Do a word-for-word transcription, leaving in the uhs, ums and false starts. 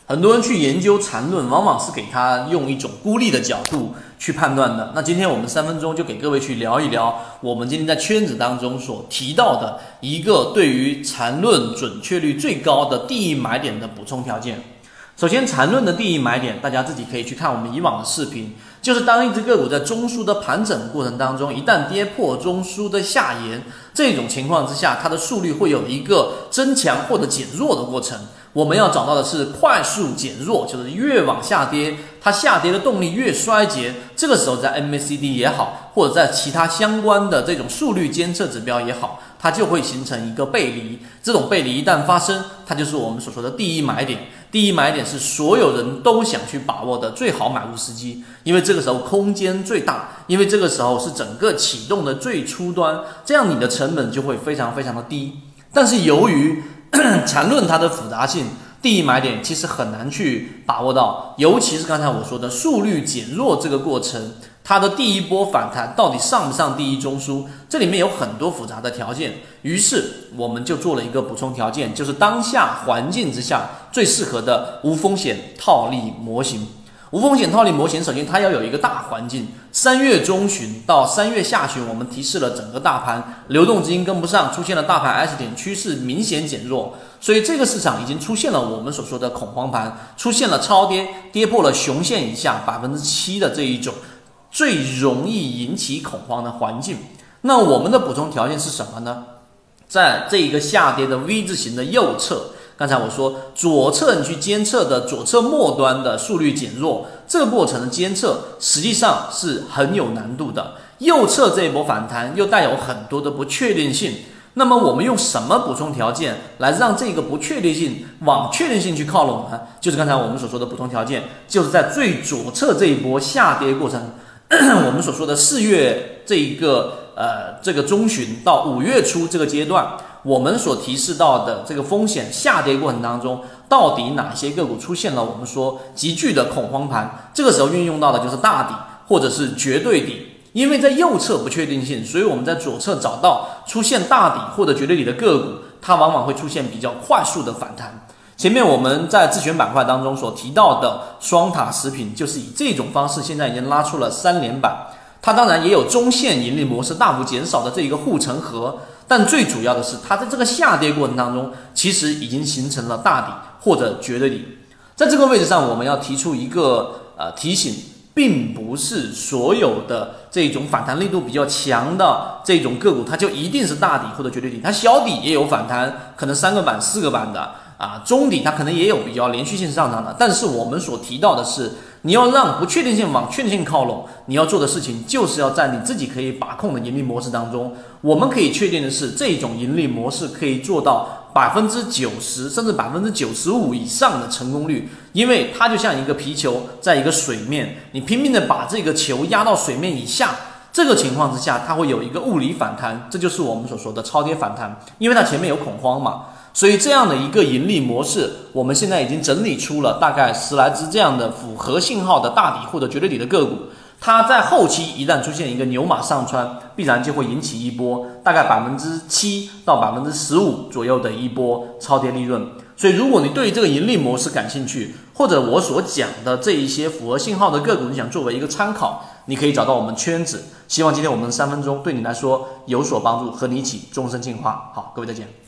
很多人去研究缠论，往往是给他用一种孤立的角度去判断的。那今天我们三分钟就给各位去聊一聊，我们今天在圈子当中所提到的一个对于缠论准确率最高的第一买点的补充条件。首先，缠论的第一买点，大家自己可以去看我们以往的视频，就是当一只个股在中枢的盘整过程当中，一旦跌破中枢的下沿，这种情况之下，它的速率会有一个增强或者减弱的过程。我们要找到的是快速减弱，就是越往下跌，它下跌的动力越衰竭。这个时候在 M A C D 也好，或者在其他相关的这种速率监测指标也好，它就会形成一个背离。这种背离一旦发生，它就是我们所说的第一买点。第一买点是所有人都想去把握的最好买入时机，因为这个时候空间最大，因为这个时候是整个启动的最初端，这样你的成本就会非常非常的低。但是由于缠论它的复杂性，第一买点其实很难去把握到，尤其是刚才我说的速率减弱这个过程，它的第一波反弹到底上不上第一中枢，这里面有很多复杂的条件。于是我们就做了一个补充条件，就是当下环境之下最适合的无风险套利模型。无风险套利模型，首先它要有一个大环境。三月中旬到三月下旬，我们提示了整个大盘流动资金跟不上，出现了大盘 S 点趋势明显减弱，所以这个市场已经出现了我们所说的恐慌盘，出现了超跌，跌破了熊线以下 百分之七 的这一种最容易引起恐慌的环境。那我们的补充条件是什么呢？在这一个下跌的 V 字形的右侧，刚才我说左侧你去监测的左侧末端的速率减弱，这个过程的监测实际上是很有难度的。右侧这一波反弹又带有很多的不确定性，那么我们用什么补充条件来让这个不确定性往确定性去靠拢呢？就是刚才我们所说的补充条件，就是在最左侧这一波下跌过程，我们所说的四月这一个呃这个中旬到五月初这个阶段，我们所提示到的这个风险下跌过程当中，到底哪些个股出现了我们说急剧的恐慌盘？这个时候运用到的就是大底或者是绝对底，因为在右侧不确定性，所以我们在左侧找到出现大底或者绝对底的个股，它往往会出现比较快速的反弹。前面我们在自选板块当中所提到的双塔食品，就是以这种方式现在已经拉出了三连板。它当然也有中线盈利模式大幅减少的这一个护城河，但最主要的是它在这个下跌过程当中其实已经形成了大底或者绝对底。在这个位置上，我们要提出一个呃提醒，并不是所有的这种反弹力度比较强的这种个股它就一定是大底或者绝对底，它小底也有反弹，可能三个板四个板的啊，中底它可能也有比较连续性上涨的。但是我们所提到的是，你要让不确定性往确定性靠拢，你要做的事情就是要在你自己可以把控的盈利模式当中。我们可以确定的是，这种盈利模式可以做到百分之九十甚至百分之九十五以上的成功率，因为它就像一个皮球在一个水面，你拼命的把这个球压到水面以下，这个情况之下它会有一个物理反弹，这就是我们所说的超跌反弹，因为它前面有恐慌嘛。所以这样的一个盈利模式，我们现在已经整理出了大概十来只这样的符合信号的大底或者绝对底的个股，它在后期一旦出现一个牛马上穿，必然就会引起一波大概百分之七到百分之十五左右的一波超跌利润。所以如果你对于这个盈利模式感兴趣，或者我所讲的这一些符合信号的个股你想作为一个参考，你可以找到我们圈子。希望今天我们三分钟对你来说有所帮助，和你一起终身进化。好，各位再见。